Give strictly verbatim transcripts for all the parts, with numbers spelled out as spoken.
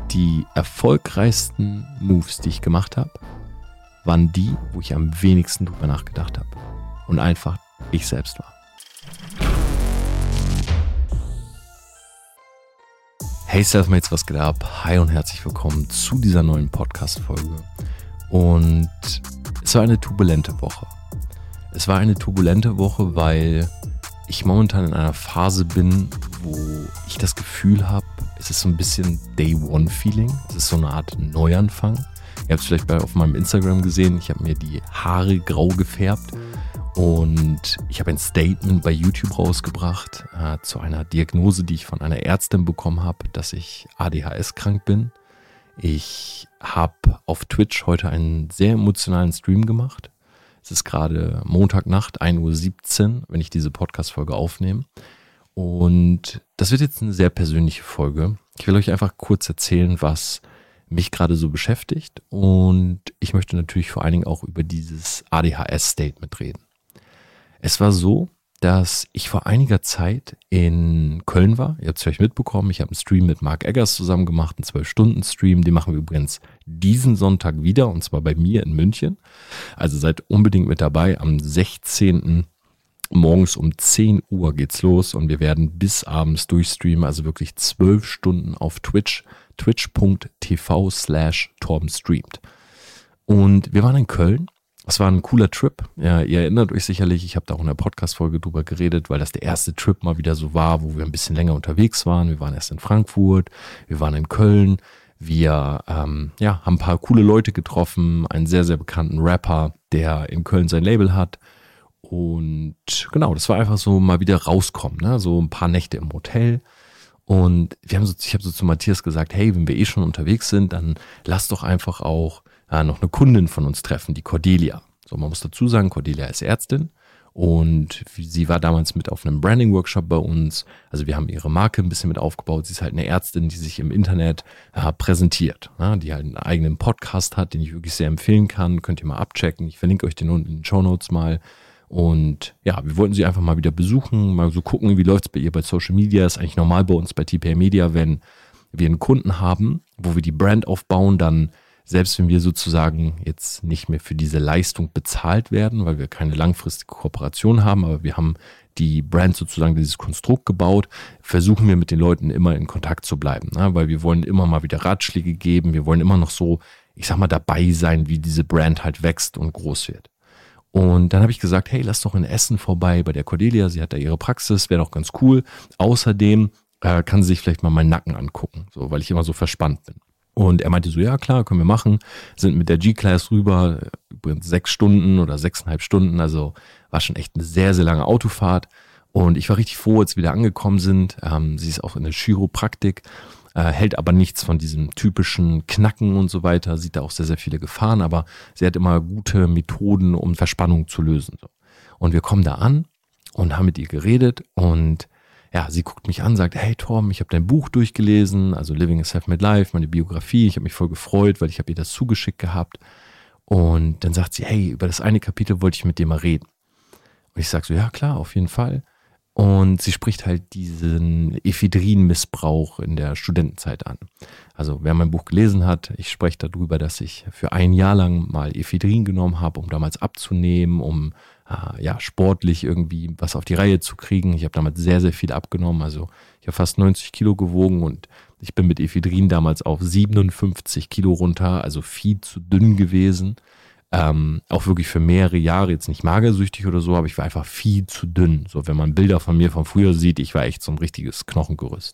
die erfolgreichsten Moves, die ich gemacht habe, waren die, wo ich am wenigsten drüber nachgedacht habe und einfach ich selbst war. Hey Selfmates, was geht ab? Hi und herzlich willkommen zu dieser neuen Podcast-Folge. Und es war eine turbulente Woche. Es war eine turbulente Woche, weil ich momentan in einer Phase bin, wo ich das Gefühl habe, es ist so ein bisschen Day-One-Feeling. Es ist so eine Art Neuanfang. Ihr habt es vielleicht bei, auf meinem Instagram gesehen. Ich habe mir die Haare grau gefärbt und ich habe ein Statement bei YouTube rausgebracht äh, zu einer Diagnose, die ich von einer Ärztin bekommen habe, dass ich A D H S-krank bin. Ich habe auf Twitch heute einen sehr emotionalen Stream gemacht. Es ist gerade Montagnacht, ein Uhr siebzehn, wenn ich diese Podcast-Folge aufnehme. Und das wird jetzt eine sehr persönliche Folge. Ich will euch einfach kurz erzählen, was mich gerade so beschäftigt. Und ich möchte natürlich vor allen Dingen auch über dieses A D H S-Statement reden. Es war so, dass ich vor einiger Zeit in Köln war. Ihr habt es vielleicht mitbekommen, ich habe einen Stream mit Mark Eggers zusammen gemacht, einen zwölf Stunden Stream. Den machen wir übrigens diesen Sonntag wieder, und zwar bei mir in München. Also seid unbedingt mit dabei. Am sechzehnten morgens um zehn Uhr geht's los und wir werden bis abends durchstreamen, also wirklich zwölf Stunden auf Twitch, twitch.tv slash Torben streamt. Und wir waren in Köln. Es war ein cooler Trip. Ja, ihr erinnert euch sicherlich, ich habe da auch in der Podcast-Folge drüber geredet, weil das der erste Trip mal wieder so war, wo wir ein bisschen länger unterwegs waren. Wir waren erst in Frankfurt, wir waren in Köln. Wir ähm, ja, haben ein paar coole Leute getroffen, einen sehr, sehr bekannten Rapper, der in Köln sein Label hat. Und genau, das war einfach so mal wieder rauskommen, ne? So ein paar Nächte im Hotel. Und wir haben so, ich habe so zu Matthias gesagt, hey, wenn wir eh schon unterwegs sind, dann lass doch einfach auch äh, noch eine Kundin von uns treffen, die Cordelia. So, man muss dazu sagen, Cordelia ist Ärztin und sie war damals mit auf einem Branding-Workshop bei uns. Also wir haben ihre Marke ein bisschen mit aufgebaut. Sie ist halt eine Ärztin, die sich im Internet äh, präsentiert, ne? Die halt einen eigenen Podcast hat, den ich wirklich sehr empfehlen kann. Könnt ihr mal abchecken. Ich verlinke euch den unten in den Shownotes mal. Und ja, wir wollten sie einfach mal wieder besuchen, mal so gucken, wie läuft es bei ihr bei Social Media. Ist eigentlich normal bei uns bei T P A Media, wenn wir einen Kunden haben, wo wir die Brand aufbauen, dann selbst wenn wir sozusagen jetzt nicht mehr für diese Leistung bezahlt werden, weil wir keine langfristige Kooperation haben, aber wir haben die Brand sozusagen, dieses Konstrukt gebaut, versuchen wir mit den Leuten immer in Kontakt zu bleiben, ne? Weil wir wollen immer mal wieder Ratschläge geben, wir wollen immer noch so, ich sag mal, dabei sein, wie diese Brand halt wächst und groß wird. Und dann habe ich gesagt, hey, lass doch in Essen vorbei bei der Cordelia, sie hat da ihre Praxis, wäre doch ganz cool. Außerdem äh, kann sie sich vielleicht mal meinen Nacken angucken, so, weil ich immer so verspannt bin. Und er meinte so, ja klar, können wir machen. Sind mit der G-Class rüber, übrigens sechs Stunden oder sechseinhalb Stunden, also war schon echt eine sehr, sehr lange Autofahrt. Und ich war richtig froh, als wir da angekommen sind. Ähm, sie ist auch in der Chiropraktik, äh, hält aber nichts von diesem typischen Knacken und so weiter, sieht da auch sehr, sehr viele Gefahren, aber sie hat immer gute Methoden, um Verspannung zu lösen. So. Und wir kommen da an und haben mit ihr geredet und ja, sie guckt mich an, sagt, hey Torben, ich habe dein Buch durchgelesen, also Living a Self-Made Life, meine Biografie. Ich habe mich voll gefreut, weil ich habe ihr das zugeschickt gehabt. Und dann sagt sie, hey, über das eine Kapitel wollte ich mit dir mal reden. Und ich sage so, ja klar, auf jeden Fall. Und sie spricht halt diesen Ephedrin-Missbrauch in der Studentenzeit an. Also wer mein Buch gelesen hat, ich spreche darüber, dass ich für ein Jahr lang mal Ephedrin genommen habe, um damals abzunehmen, um äh, ja sportlich irgendwie was auf die Reihe zu kriegen. Ich habe damals sehr, sehr viel abgenommen. Also ich habe fast neunzig Kilo gewogen und ich bin mit Ephedrin damals auf siebenundfünfzig Kilo runter, also viel zu dünn gewesen. Ähm, auch wirklich für mehrere Jahre, jetzt nicht magersüchtig oder so, aber ich war einfach viel zu dünn. So, wenn man Bilder von mir von früher sieht, ich war echt so ein richtiges Knochengerüst.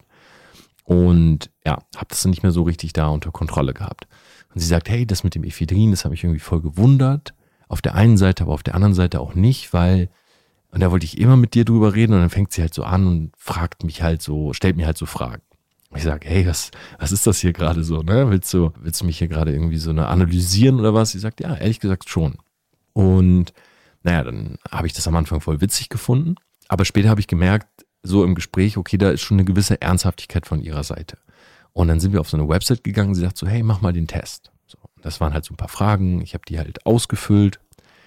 Und ja, habe das dann nicht mehr so richtig da unter Kontrolle gehabt. Und sie sagt, hey, das mit dem Ephedrin, das habe ich irgendwie voll gewundert. Auf der einen Seite, aber auf der anderen Seite auch nicht, weil, und da wollte ich immer mit dir drüber reden und dann fängt sie halt so an und fragt mich halt so, stellt mir halt so Fragen. Ich sage, hey, was, was ist das hier gerade so, ne? Willst du, willst du mich hier gerade irgendwie so eine analysieren oder was? Sie sagt, ja, ehrlich gesagt schon. Und naja, dann habe ich das am Anfang voll witzig gefunden. Aber später habe ich gemerkt, so im Gespräch, okay, da ist schon eine gewisse Ernsthaftigkeit von ihrer Seite. Und dann sind wir auf so eine Website gegangen, sie sagt so, hey, mach mal den Test. So, das waren halt so ein paar Fragen, ich habe die halt ausgefüllt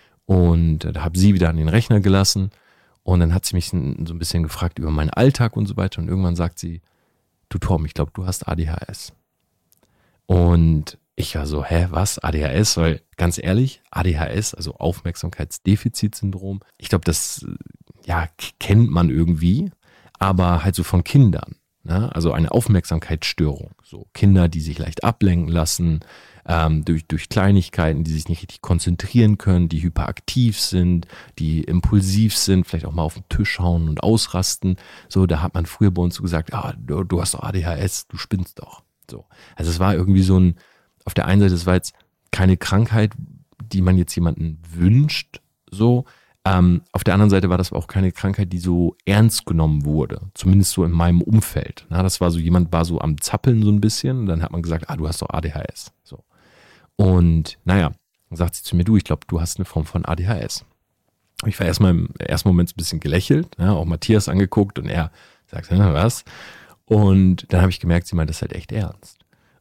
und da habe sie wieder an den Rechner gelassen. Und dann hat sie mich so ein bisschen gefragt über meinen Alltag und so weiter. Und irgendwann sagt sie, du Torben, ich glaube, du hast A D H S. Und ich war so, hä, was? A D H S? Weil ganz ehrlich, A D H S, also Aufmerksamkeitsdefizitsyndrom, ich glaube, das ja, kennt man irgendwie, aber halt so von Kindern. Ne? Also eine Aufmerksamkeitsstörung. So Kinder, die sich leicht ablenken lassen, ähm, durch, durch Kleinigkeiten, die sich nicht richtig konzentrieren können, die hyperaktiv sind, die impulsiv sind, vielleicht auch mal auf den Tisch hauen und ausrasten. So, da hat man früher bei uns so gesagt, ah, du, du hast doch A D H S, du spinnst doch. So. Also es war irgendwie so ein, auf der einen Seite, es war jetzt keine Krankheit, die man jetzt jemanden wünscht, so. Ähm, auf der anderen Seite war das auch keine Krankheit, die so ernst genommen wurde, zumindest so in meinem Umfeld. Na, das war so, jemand war so am Zappeln so ein bisschen und dann hat man gesagt, ah, du hast doch A D H S. So. Und naja, dann sagt sie zu mir, du, ich glaube, du hast eine Form von A D H S. Ich war erstmal im ersten Moment ein bisschen gelächelt, ja, auch Matthias angeguckt und er sagt, na, was? Und dann habe ich gemerkt, sie meint das halt echt ernst.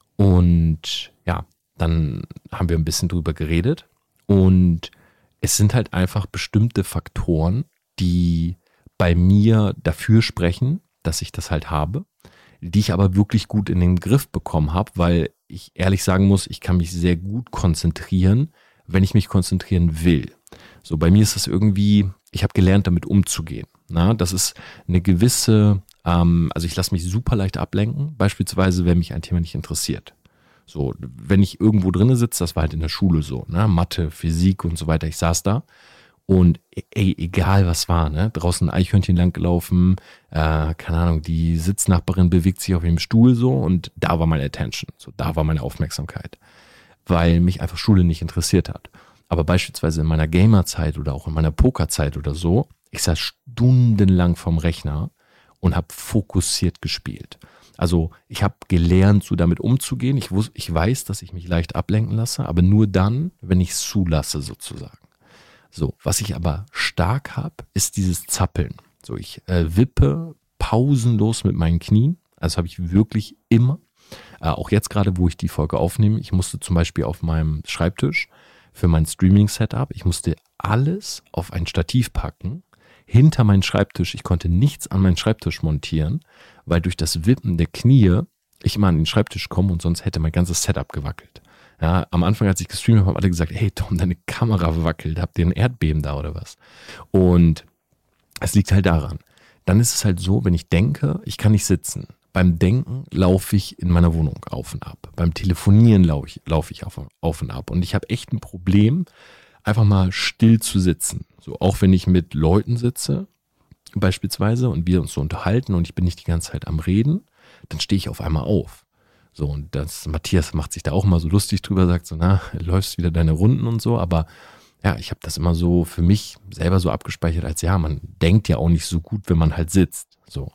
Und ja, dann haben wir ein bisschen drüber geredet und es sind halt einfach bestimmte Faktoren, die bei mir dafür sprechen, dass ich das halt habe, die ich aber wirklich gut in den Griff bekommen habe, weil ich ehrlich sagen muss, ich kann mich sehr gut konzentrieren, wenn ich mich konzentrieren will. So, bei mir ist das irgendwie, ich habe gelernt, damit umzugehen. Na, das ist eine gewisse, ähm, also ich lasse mich super leicht ablenken, beispielsweise, wenn mich ein Thema nicht interessiert. So, wenn ich irgendwo drinne sitze, das war halt in der Schule so, ne, Mathe, Physik und so weiter, ich saß da und ey, egal was war, ne, draußen ein Eichhörnchen langgelaufen, äh, keine Ahnung, die Sitznachbarin bewegt sich auf dem Stuhl so und da war meine Attention, so, da war meine Aufmerksamkeit, weil mich einfach Schule nicht interessiert hat. Aber beispielsweise in meiner Gamerzeit oder auch in meiner Pokerzeit oder so, ich saß stundenlang vorm Rechner und habe fokussiert gespielt. Also ich habe gelernt, so damit umzugehen. Ich, wus- ich weiß, dass ich mich leicht ablenken lasse, aber nur dann, wenn ich es zulasse sozusagen. So, was ich aber stark habe, ist dieses Zappeln. So, ich äh, wippe pausenlos mit meinen Knien. Also habe ich wirklich immer. Äh, auch jetzt gerade, wo ich die Folge aufnehme, ich musste zum Beispiel auf meinem Schreibtisch für mein Streaming-Setup, ich musste alles auf ein Stativ packen, hinter meinen Schreibtisch. Ich konnte nichts an meinen Schreibtisch montieren, weil durch das Wippen der Knie ich immer an den Schreibtisch komme und sonst hätte mein ganzes Setup gewackelt. Ja, am Anfang, als ich gestreamt habe, haben alle gesagt, hey Tom, deine Kamera wackelt, habt ihr ein Erdbeben da oder was? Und es liegt halt daran. Dann ist es halt so, wenn ich denke, ich kann nicht sitzen. Beim Denken laufe ich in meiner Wohnung auf und ab. Beim Telefonieren laufe ich, laufe ich auf, auf und ab. Und ich habe echt ein Problem, einfach mal still zu sitzen. So, auch wenn ich mit Leuten sitze, beispielsweise, und wir uns so unterhalten und ich bin nicht die ganze Zeit am Reden, dann stehe ich auf einmal auf. So, und das, Matthias macht sich da auch mal so lustig drüber, sagt so, na, läufst wieder deine Runden und so, aber ja, ich habe das immer so für mich selber so abgespeichert als, ja, man denkt ja auch nicht so gut, wenn man halt sitzt, so.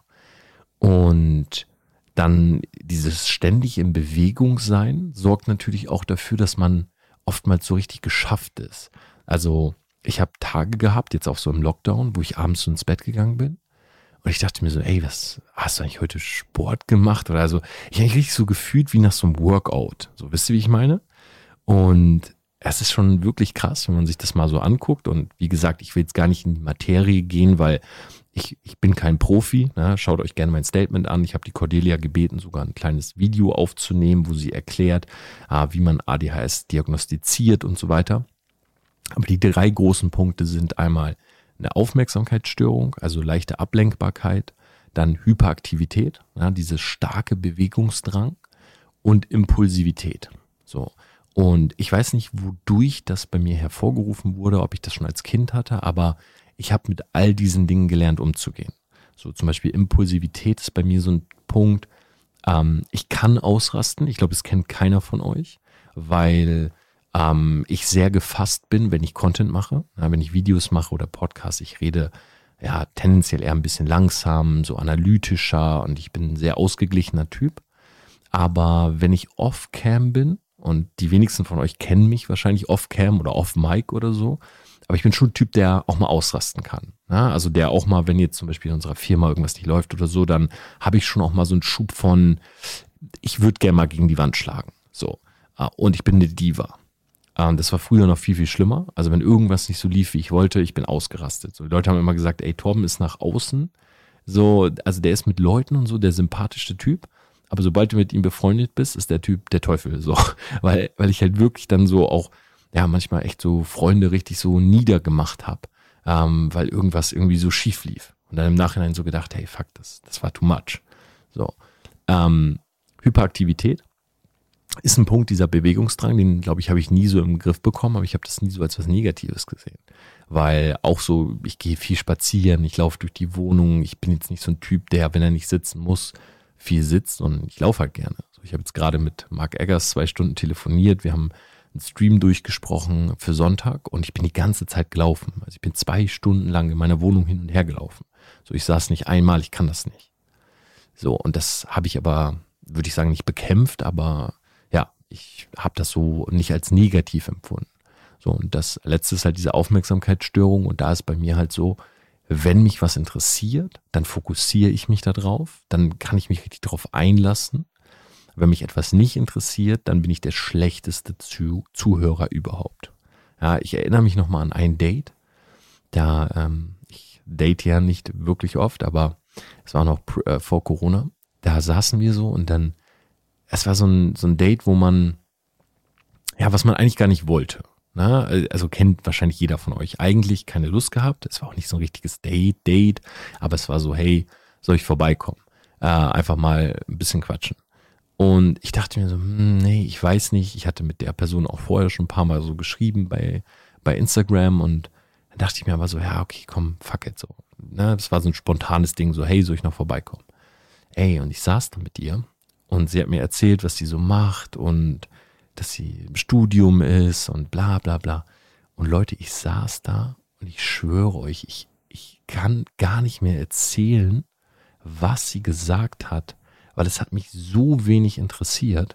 Und dann dieses ständig in Bewegung sein sorgt natürlich auch dafür, dass man oftmals so richtig geschafft ist. Also ich habe Tage gehabt, jetzt auch so im Lockdown, wo ich abends so ins Bett gegangen bin und ich dachte mir so, ey, was hast du eigentlich heute Sport gemacht? Oder also ich habe mich richtig so gefühlt wie nach so einem Workout. So, wisst ihr, wie ich meine? Und es ist schon wirklich krass, wenn man sich das mal so anguckt. Und wie gesagt, ich will jetzt gar nicht in die Materie gehen, weil ich, ich bin kein Profi. Ne? Schaut euch gerne mein Statement an. Ich habe die Cordelia gebeten, sogar ein kleines Video aufzunehmen, wo sie erklärt, ah, wie man A D H S diagnostiziert und so weiter. Aber die drei großen Punkte sind einmal eine Aufmerksamkeitsstörung, also leichte Ablenkbarkeit, dann Hyperaktivität, ja, dieses starke Bewegungsdrang und Impulsivität. So. Und ich weiß nicht, wodurch das bei mir hervorgerufen wurde, ob ich das schon als Kind hatte, aber ich habe mit all diesen Dingen gelernt, umzugehen. So zum Beispiel Impulsivität ist bei mir so ein Punkt, ähm, ich kann ausrasten, ich glaube, es kennt keiner von euch, weil ähm, ich sehr gefasst bin, wenn ich Content mache, ja, wenn ich Videos mache oder Podcasts, ich rede ja tendenziell eher ein bisschen langsam, so analytischer und ich bin ein sehr ausgeglichener Typ. Aber wenn ich off-cam bin, und die wenigsten von euch kennen mich wahrscheinlich off-cam oder off-mic oder so, aber ich bin schon ein Typ, der auch mal ausrasten kann. Ja, also der auch mal, wenn jetzt zum Beispiel in unserer Firma irgendwas nicht läuft oder so, dann habe ich schon auch mal so einen Schub von, ich würde gerne mal gegen die Wand schlagen. So. Und ich bin eine Diva. Das war früher noch viel, viel schlimmer. Also wenn irgendwas nicht so lief, wie ich wollte, ich bin ausgerastet. So, die Leute haben immer gesagt, ey, Torben ist nach außen so, also der ist mit Leuten und so der sympathischste Typ, aber sobald du mit ihm befreundet bist, ist der Typ der Teufel, so, weil, weil ich halt wirklich dann so auch, ja, manchmal echt so Freunde richtig so niedergemacht habe, ähm, weil irgendwas irgendwie so schief lief und dann im Nachhinein so gedacht, hey, fuck, das, das war too much, so. Ähm, Hyperaktivität ist ein Punkt, dieser Bewegungsdrang, den, glaube ich, habe ich nie so im Griff bekommen, aber ich habe das nie so als was Negatives gesehen. Weil auch so, ich gehe viel spazieren, ich laufe durch die Wohnung, ich bin jetzt nicht so ein Typ, der, wenn er nicht sitzen muss, viel sitzt und ich laufe halt gerne. Also ich habe jetzt gerade mit Mark Eggers zwei Stunden telefoniert, wir haben einen Stream durchgesprochen für Sonntag und ich bin die ganze Zeit gelaufen. Also ich bin zwei Stunden lang in meiner Wohnung hin und her gelaufen. So, ich saß nicht einmal, ich kann das nicht. So, und das habe ich aber, würde ich sagen, nicht bekämpft, aber ja, ich habe das so nicht als negativ empfunden. So, und das letzte ist halt diese Aufmerksamkeitsstörung und da ist bei mir halt so, wenn mich was interessiert, dann fokussiere ich mich da drauf, dann kann ich mich richtig drauf einlassen. Wenn mich etwas nicht interessiert, dann bin ich der schlechteste Zuh- Zuhörer überhaupt. Ja, ich erinnere mich nochmal an ein Date, da, ähm, ich date ja nicht wirklich oft, aber es war noch pr- äh, vor Corona, da saßen wir so und dann es war so ein, so ein Date, wo man, ja, was man eigentlich gar nicht wollte. Ne? Also kennt wahrscheinlich jeder von euch. Eigentlich keine Lust gehabt. Es war auch nicht so ein richtiges Date, Date, aber es war so, hey, soll ich vorbeikommen? Äh, einfach mal ein bisschen quatschen. Und ich dachte mir so, hm, nee, ich weiß nicht. Ich hatte mit der Person auch vorher schon ein paar Mal so geschrieben bei, bei Instagram und dann dachte ich mir aber so, ja, okay, komm, fuck it so. Ne? Das war so ein spontanes Ding, so, hey, soll ich noch vorbeikommen? Ey, und ich saß da mit ihr. Und sie hat mir erzählt, was sie so macht und dass sie im Studium ist und bla bla bla. Und Leute, ich saß da und ich schwöre euch, ich, ich kann gar nicht mehr erzählen, was sie gesagt hat, weil es hat mich so wenig interessiert,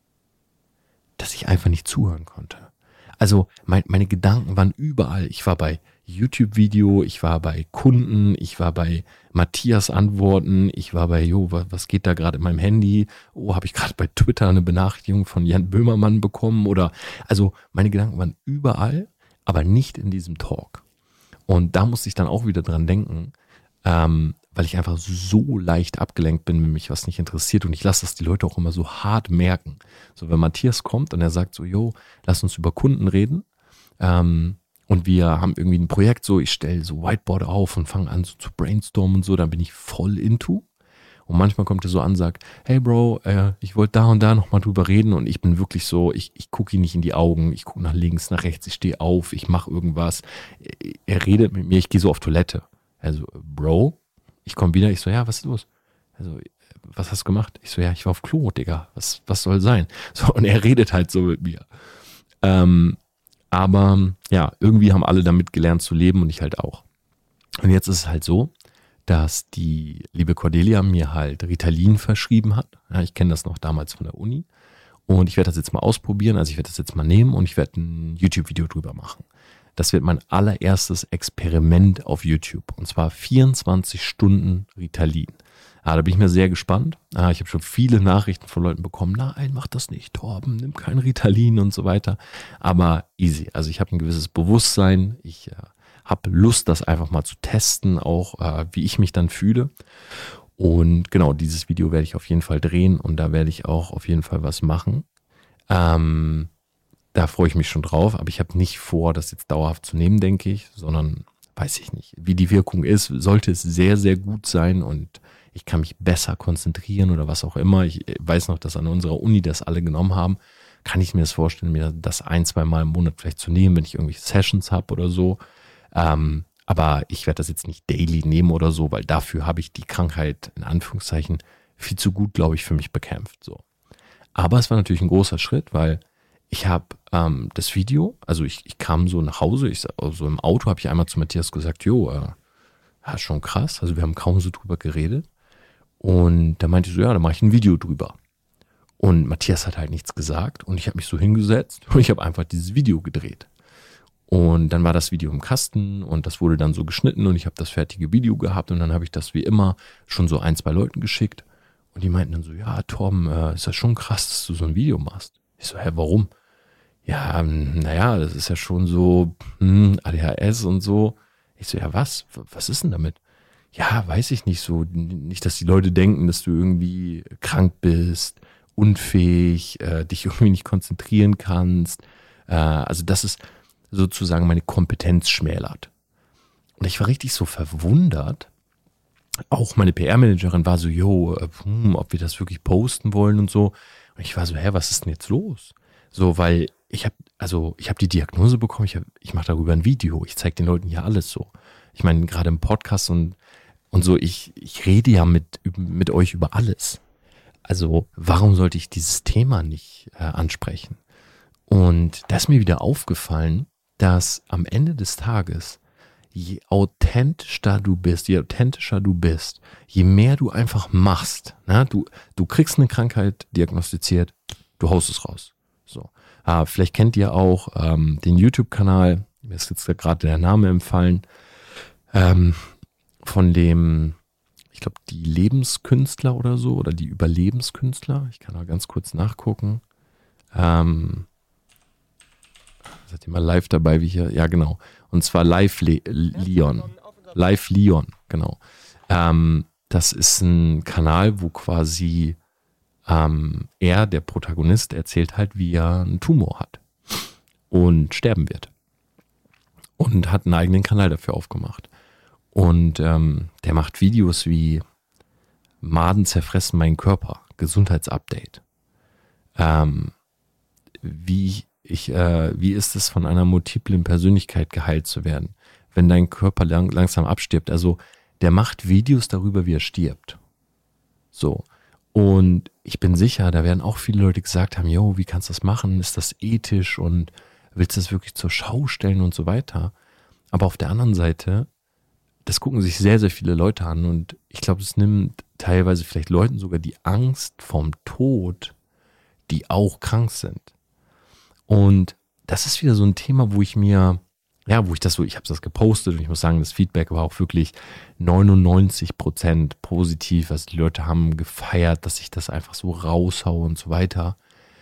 dass ich einfach nicht zuhören konnte. Also mein, meine Gedanken waren überall. Ich war bei YouTube-Video, ich war bei Kunden, ich war bei Matthias Antworten, ich war bei, jo, was geht da gerade in meinem Handy? Oh, habe ich gerade bei Twitter eine Benachrichtigung von Jan Böhmermann bekommen? Oder, also meine Gedanken waren überall, aber nicht in diesem Talk. Und da musste ich dann auch wieder dran denken, ähm, weil ich einfach so leicht abgelenkt bin, wenn mich was nicht interessiert. Und ich lasse das die Leute auch immer so hart merken. So, wenn Matthias kommt und er sagt so, jo, lass uns über Kunden reden. Ähm, und wir haben irgendwie ein Projekt, so ich stelle so Whiteboard auf und fange an so zu brainstormen und so, dann bin ich voll into. Und manchmal kommt er so an und sagt, hey Bro, äh, ich wollte da und da nochmal drüber reden und ich bin wirklich so, ich, ich gucke ihn nicht in die Augen, ich gucke nach links, nach rechts, ich stehe auf, ich mache irgendwas. Er redet mit mir, ich gehe so auf Toilette. Also, Bro, ich komme wieder, ich so, ja, was ist los? Also, was hast du gemacht? Ich so, ja, ich war auf Klo, Digga, was, was soll sein? So, und er redet halt so mit mir. Ähm, aber ja, irgendwie haben alle damit gelernt zu leben und ich halt auch. Und jetzt ist es halt so, dass die liebe Cordelia mir halt Ritalin verschrieben hat. Ja, ich kenne das noch damals von der Uni. Und ich werde das jetzt mal ausprobieren. Also ich werde das jetzt mal nehmen und ich werde ein YouTube-Video drüber machen. Das wird mein allererstes Experiment auf YouTube. Und zwar vierundzwanzig Stunden Ritalin. Ja, da bin ich mir sehr gespannt. Ja, ich habe schon viele Nachrichten von Leuten bekommen. Nein, mach das nicht, Torben, nimm kein Ritalin und so weiter. Aber easy. Also ich habe ein gewisses Bewusstsein. Ich äh, habe Lust, das einfach mal zu testen, auch äh, wie ich mich dann fühle. Und genau, dieses Video werde ich auf jeden Fall drehen und da werde ich auch auf jeden Fall was machen. Ähm, da freue ich mich schon drauf, aber ich habe nicht vor, das jetzt dauerhaft zu nehmen, denke ich, sondern weiß ich nicht, wie die Wirkung ist. Sollte es sehr, sehr gut sein und ich kann mich besser konzentrieren oder was auch immer. Ich weiß noch, dass an unserer Uni das alle genommen haben. Kann ich mir das vorstellen, mir das ein, zwei Mal im Monat vielleicht zu nehmen, wenn ich irgendwelche Sessions habe oder so. Ähm, aber ich werde das jetzt nicht daily nehmen oder so, weil dafür habe ich die Krankheit in Anführungszeichen viel zu gut, glaube ich, für mich bekämpft. So. Aber es war natürlich ein großer Schritt, weil ich habe ähm, das Video, also ich, ich kam so nach Hause, ich also im Auto habe ich einmal zu Matthias gesagt, jo, äh, ja, schon krass, also wir haben kaum so drüber geredet. Und da meinte ich so, ja, da mache ich ein Video drüber. Und Matthias hat halt nichts gesagt und ich habe mich so hingesetzt und ich habe einfach dieses Video gedreht. Und dann war das Video im Kasten und das wurde dann so geschnitten und ich habe das fertige Video gehabt und dann habe ich das wie immer schon so ein, zwei Leuten geschickt und die meinten dann so, ja, Torben, äh, ist das schon krass, dass du so ein Video machst. Ich so, hä, warum? Ja, naja, das ist ja schon so hm, A D H S und so. Ich so, ja, was? Was ist denn damit? ja, weiß ich nicht so, nicht, dass die Leute denken, dass du irgendwie krank bist, unfähig, äh, dich irgendwie nicht konzentrieren kannst. Äh, also das ist sozusagen meine Kompetenz schmälert. Und ich war richtig so verwundert. Auch meine P R-Managerin war so, jo, äh, hm, ob wir das wirklich posten wollen und so. Und ich war so, hä, was ist denn jetzt los? So, weil ich habe, also ich habe die Diagnose bekommen, ich, hab- ich mache darüber ein Video, ich zeige den Leuten hier alles so. Ich meine, gerade im Podcast und, und so, ich, ich rede ja mit, mit euch über alles. Also warum sollte ich dieses Thema nicht äh, ansprechen? Und da ist mir wieder aufgefallen, dass am Ende des Tages, je authentischer du bist, je authentischer du bist, je mehr du einfach machst, ne? du, du kriegst eine Krankheit diagnostiziert, du haust es raus. So. Ah, vielleicht kennt ihr auch ähm, den YouTube-Kanal, mir ist jetzt gerade der Name empfallen, ähm, von dem, ich glaube, die Lebenskünstler oder so, oder die Überlebenskünstler. Ich kann mal ganz kurz nachgucken. Ähm, seid ihr mal live dabei, wie hier? Ja, genau. Und zwar Live Le Leon. Live Leon, genau. Ähm, das ist ein Kanal, wo quasi ähm, er, der Protagonist, erzählt halt, wie er einen Tumor hat und sterben wird. Und hat einen eigenen Kanal dafür aufgemacht. Und ähm, der macht Videos wie Maden zerfressen meinen Körper, Gesundheitsupdate. Ähm, wie ich, äh, wie ist es, von einer multiplen Persönlichkeit geheilt zu werden, wenn dein Körper lang, langsam abstirbt? Also der macht Videos darüber, wie er stirbt. So. Und ich bin sicher, da werden auch viele Leute gesagt haben, jo, wie kannst du das machen? Ist das ethisch und willst du das wirklich zur Schau stellen und so weiter? Aber auf der anderen Seite, das gucken sich sehr, sehr viele Leute an und ich glaube, es nimmt teilweise vielleicht Leuten sogar die Angst vom Tod, die auch krank sind. Und das ist wieder so ein Thema, wo ich mir, ja, wo ich das so, ich habe das gepostet und ich muss sagen, das Feedback war auch wirklich neunundneunzig Prozent positiv. Also die Leute haben gefeiert, dass ich das einfach so raushaue und so weiter.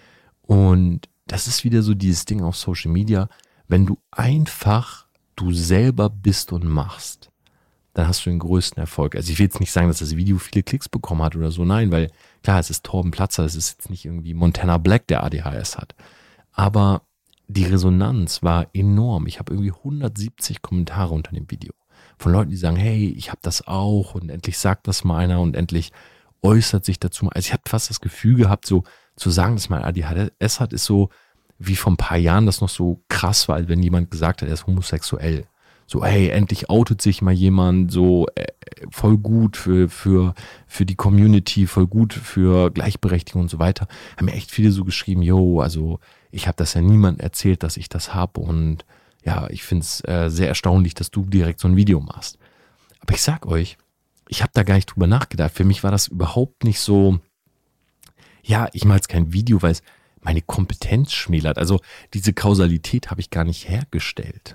Und das ist wieder so dieses Ding auf Social Media, wenn du einfach du selber bist und machst, dann hast du den größten Erfolg. Also ich will jetzt nicht sagen, dass das Video viele Klicks bekommen hat oder so, nein, weil klar, es ist Torben Platzer, es ist jetzt nicht irgendwie Montana Black, der A D H S hat. Aber die Resonanz war enorm. Ich habe irgendwie hundertsiebzig Kommentare unter dem Video von Leuten, die sagen, hey, ich habe das auch und endlich sagt das mal einer und endlich äußert sich dazu mal. Also ich habe fast das Gefühl gehabt, so zu sagen, dass man A D H S hat, ist so wie vor ein paar Jahren das noch so krass war, als wenn jemand gesagt hat, er ist homosexuell. So, hey, endlich outet sich mal jemand, so äh, voll gut für, für, für die Community, voll gut für Gleichberechtigung und so weiter. Haben mir echt viele so geschrieben, yo, also ich habe das ja niemandem erzählt, dass ich das habe und ja, ich finde es äh, sehr erstaunlich, dass du direkt so ein Video machst. Aber ich sag euch, ich habe da gar nicht drüber nachgedacht. Für mich war das überhaupt nicht so, ja, ich mache jetzt kein Video, weil es meine Kompetenz schmälert. Also diese Kausalität habe ich gar nicht hergestellt.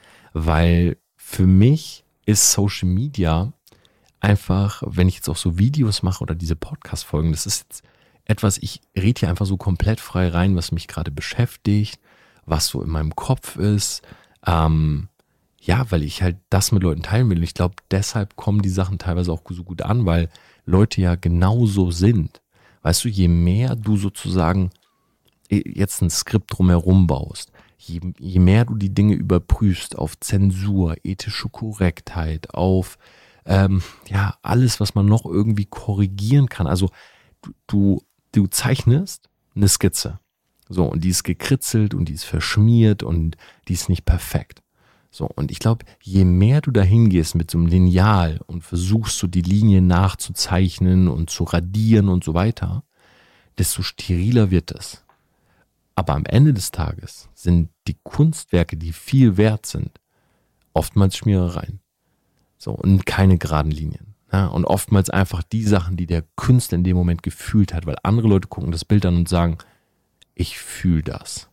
Weil für mich ist Social Media einfach, wenn ich jetzt auch so Videos mache oder diese Podcast-Folgen, das ist jetzt etwas, ich rede hier einfach so komplett frei rein, was mich gerade beschäftigt, was so in meinem Kopf ist. Ähm, ja, weil ich halt das mit Leuten teilen will. Und ich glaube, deshalb kommen die Sachen teilweise auch so gut an, weil Leute ja genauso sind. Weißt du, je mehr du sozusagen jetzt ein Skript drumherum baust, Je, je mehr du die Dinge überprüfst auf Zensur, ethische Korrektheit, auf ähm, ja alles, was man noch irgendwie korrigieren kann. Also du, du, du zeichnest eine Skizze. So, und die ist gekritzelt und die ist verschmiert und die ist nicht perfekt. So, und ich glaube, je mehr du da hingehst mit so einem Lineal und versuchst so die Linien nachzuzeichnen und zu radieren und so weiter, desto steriler wird es. Aber am Ende des Tages sind die Kunstwerke, die viel wert sind, oftmals Schmierereien. So, und keine geraden Linien. Ja, und oftmals einfach die Sachen, die der Künstler in dem Moment gefühlt hat, weil andere Leute gucken das Bild an und sagen, ich fühle das.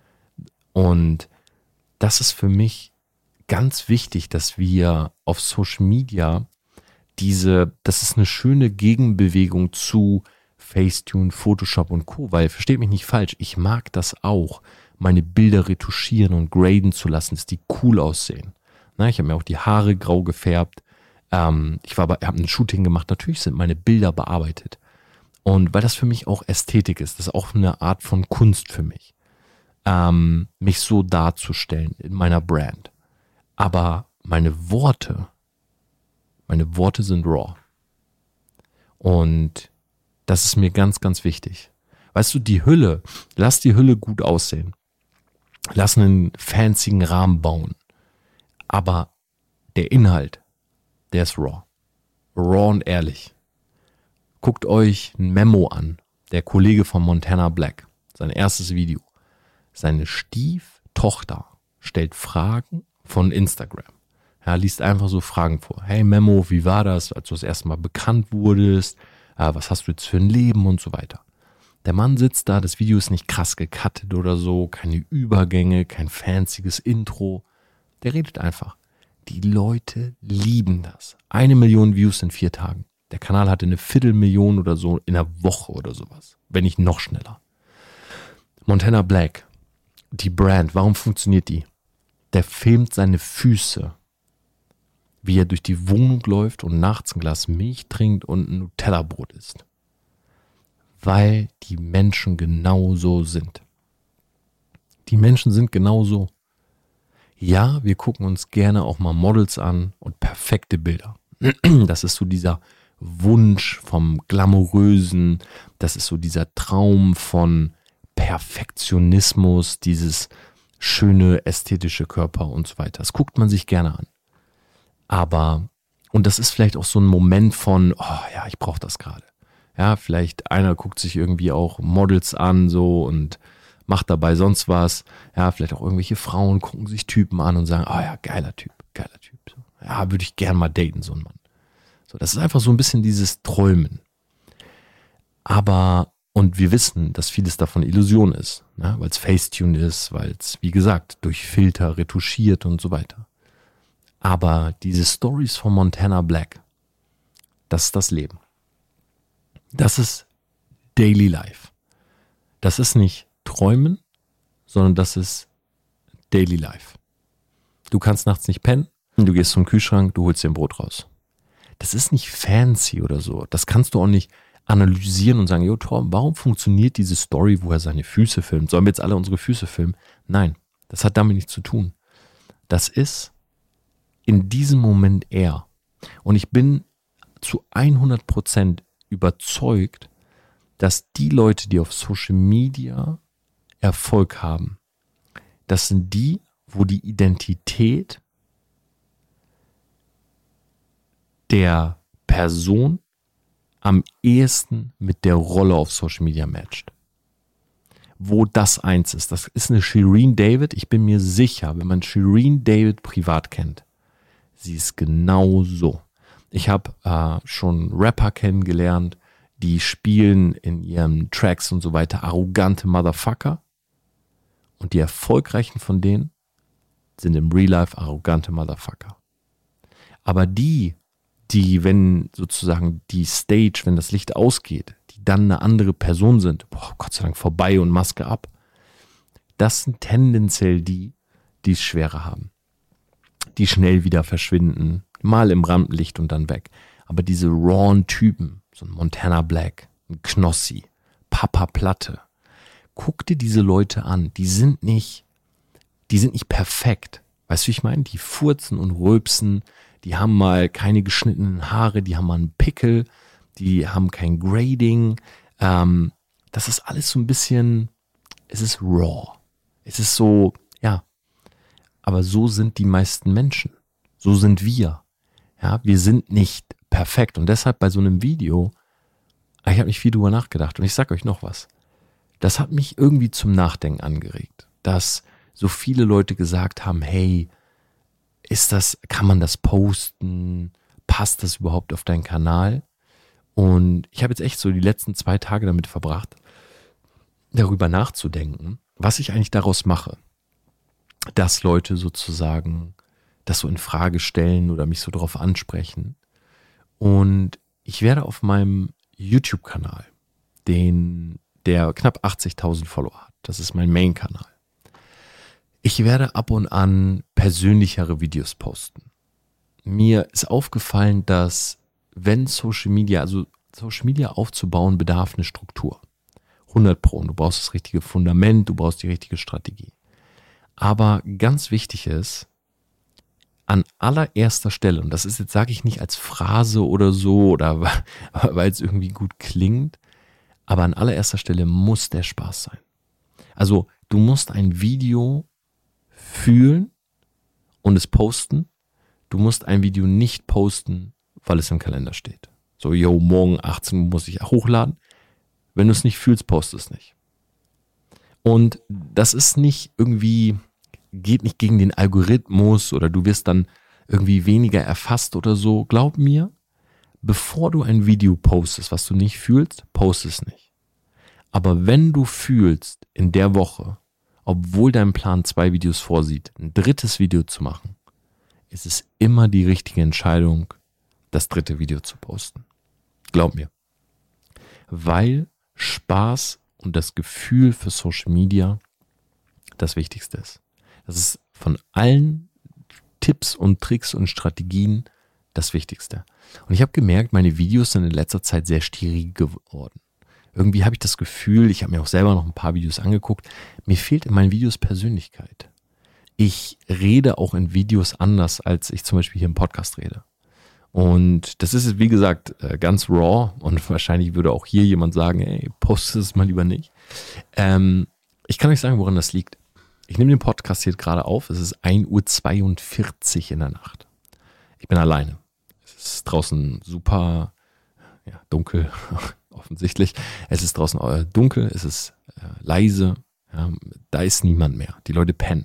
Und das ist für mich ganz wichtig, dass wir auf Social Media diese, das ist eine schöne Gegenbewegung zu Facetune, Photoshop und Co., weil, versteht mich nicht falsch, ich mag das auch, meine Bilder retuschieren und graden zu lassen, dass die cool aussehen. Na, ich habe mir auch die Haare grau gefärbt. Ähm, ich war bei, habe ein Shooting gemacht, natürlich sind meine Bilder bearbeitet. Und weil das für mich auch Ästhetik ist, das ist auch eine Art von Kunst für mich, ähm, mich so darzustellen in meiner Brand. Aber meine Worte, meine Worte sind raw. Und das ist mir ganz, ganz wichtig. Weißt du, die Hülle, lass die Hülle gut aussehen. Lass einen fancygen Rahmen bauen. Aber der Inhalt, der ist raw. Raw und ehrlich. Guckt euch ein Memo an. Der Kollege von Montana Black. Sein erstes Video. Seine Stieftochter stellt Fragen von Instagram. Ja, liest einfach so Fragen vor. Hey Memo, wie war das, als du das erste Mal bekannt wurdest? Ja, was hast du jetzt für ein Leben und so weiter. Der Mann sitzt da, das Video ist nicht krass gecuttet oder so, keine Übergänge, kein fancyes Intro. Der redet einfach. Die Leute lieben das. Eine Million Views in vier Tagen. Der Kanal hatte eine Viertelmillion oder so in einer Woche oder sowas. Wenn nicht noch schneller. Montana Black, die Brand, warum funktioniert die? Der filmt seine Füße, wie er durch die Wohnung läuft und nachts ein Glas Milch trinkt und ein Nutella-Brot isst. Weil die Menschen genau so sind. Die Menschen sind genau so. Ja, wir gucken uns gerne auch mal Models an und perfekte Bilder. Das ist so dieser Wunsch vom Glamourösen, das ist so dieser Traum von Perfektionismus, dieses schöne ästhetische Körper und so weiter. Das guckt man sich gerne an. Aber, und das ist vielleicht auch so ein Moment von, oh ja, ich brauche das gerade. Ja, vielleicht einer guckt sich irgendwie auch Models an so und macht dabei sonst was. Ja, vielleicht auch irgendwelche Frauen gucken sich Typen an und sagen, oh ja, geiler Typ, geiler Typ. So, ja, würde ich gern mal daten, so ein Mann. So, das ist einfach so ein bisschen dieses Träumen. Aber, und wir wissen, dass vieles davon Illusion ist, ne? Weil es Facetune ist, weil es, wie gesagt, durch Filter retuschiert und so weiter. Aber diese Stories von Montana Black, das ist das Leben. Das ist Daily Life. Das ist nicht Träumen, sondern das ist Daily Life. Du kannst nachts nicht pennen, du gehst zum Kühlschrank, du holst dir ein Brot raus. Das ist nicht fancy oder so. Das kannst du auch nicht analysieren und sagen, jo Tom, warum funktioniert diese Story, wo er seine Füße filmt? Sollen wir jetzt alle unsere Füße filmen? Nein, das hat damit nichts zu tun. Das ist in diesem Moment er. Und ich bin zu hundert Prozent überzeugt, dass die Leute, die auf Social Media Erfolg haben, das sind die, wo die Identität der Person am ehesten mit der Rolle auf Social Media matcht. Wo das eins ist. Das ist eine Shireen David. Ich bin mir sicher, wenn man Shireen David privat kennt, sie ist genau so. Ich habe äh, schon Rapper kennengelernt, die spielen in ihren Tracks und so weiter arrogante Motherfucker. Und die erfolgreichen von denen sind im Real Life arrogante Motherfucker. Aber die, die, wenn sozusagen die Stage, wenn das Licht ausgeht, die dann eine andere Person sind, boah, Gott sei Dank vorbei und Maske ab, das sind tendenziell die, die es schwerer haben. Die schnell wieder verschwinden, mal im Rampenlicht und dann weg. Aber diese rawen Typen, so ein Montana Black, ein Knossi, Papa Platte, guck dir diese Leute an, die sind nicht, die sind nicht perfekt. Weißt du, wie ich meine? Die furzen und rülpsen, die haben mal keine geschnittenen Haare, die haben mal einen Pickel, die haben kein Grading. Ähm, das ist alles so ein bisschen, es ist raw. Es ist so, ja, aber so sind die meisten Menschen. So sind wir. Ja, wir sind nicht perfekt. Und deshalb bei so einem Video, ich habe nicht viel drüber nachgedacht. Und ich sage euch noch was. Das hat mich irgendwie zum Nachdenken angeregt. Dass so viele Leute gesagt haben, hey, ist das, kann man das posten? Passt das überhaupt auf deinen Kanal? Und ich habe jetzt echt so die letzten zwei Tage damit verbracht, darüber nachzudenken, was ich eigentlich daraus mache. Dass Leute sozusagen das so in Frage stellen oder mich so darauf ansprechen. Und ich werde auf meinem YouTube-Kanal, den, der knapp achtzigtausend Follower hat, das ist mein Main-Kanal, ich werde ab und an persönlichere Videos posten. mir ist aufgefallen, dass wenn Social Media, also Social Media aufzubauen, bedarf eine Struktur. hundert Pro. Du brauchst das richtige Fundament, du brauchst die richtige Strategie. Aber ganz wichtig ist, an allererster Stelle, und das ist jetzt, sage ich nicht als Phrase oder so, oder weil es irgendwie gut klingt, aber an allererster Stelle muss der Spaß sein. Also du musst ein Video fühlen und es posten. Du musst ein Video nicht posten, weil es im Kalender steht. So, yo, morgen achtzehn Uhr muss ich hochladen. Wenn du es nicht fühlst, post es nicht. Und das ist nicht irgendwie, geht nicht gegen den Algorithmus oder du wirst dann irgendwie weniger erfasst oder so. Glaub mir, bevor du ein Video postest, was du nicht fühlst, post es nicht. Aber wenn du fühlst, in der Woche, obwohl dein Plan zwei Videos vorsieht, ein drittes Video zu machen, ist es immer die richtige Entscheidung, das dritte Video zu posten. Glaub mir. Weil Spaß und das Gefühl für Social Media das Wichtigste ist. Das ist von allen Tipps und Tricks und Strategien das Wichtigste. Und ich habe gemerkt, meine Videos sind in letzter Zeit sehr steril geworden. Irgendwie habe ich das Gefühl, ich habe mir auch selber noch ein paar Videos angeguckt, mir fehlt in meinen Videos Persönlichkeit. Ich rede auch in Videos anders, als ich zum Beispiel hier im Podcast rede. Und das ist, wie gesagt, ganz raw und wahrscheinlich würde auch hier jemand sagen, ey, poste es mal lieber nicht. Ähm, ich kann euch sagen, woran das liegt. Ich nehme den Podcast hier gerade auf, es ist ein Uhr zweiundvierzig in der Nacht. Ich bin alleine. Es ist draußen super ja, dunkel, offensichtlich. Es ist draußen äh, dunkel, es ist äh, leise, ja, da ist niemand mehr. Die Leute pennen.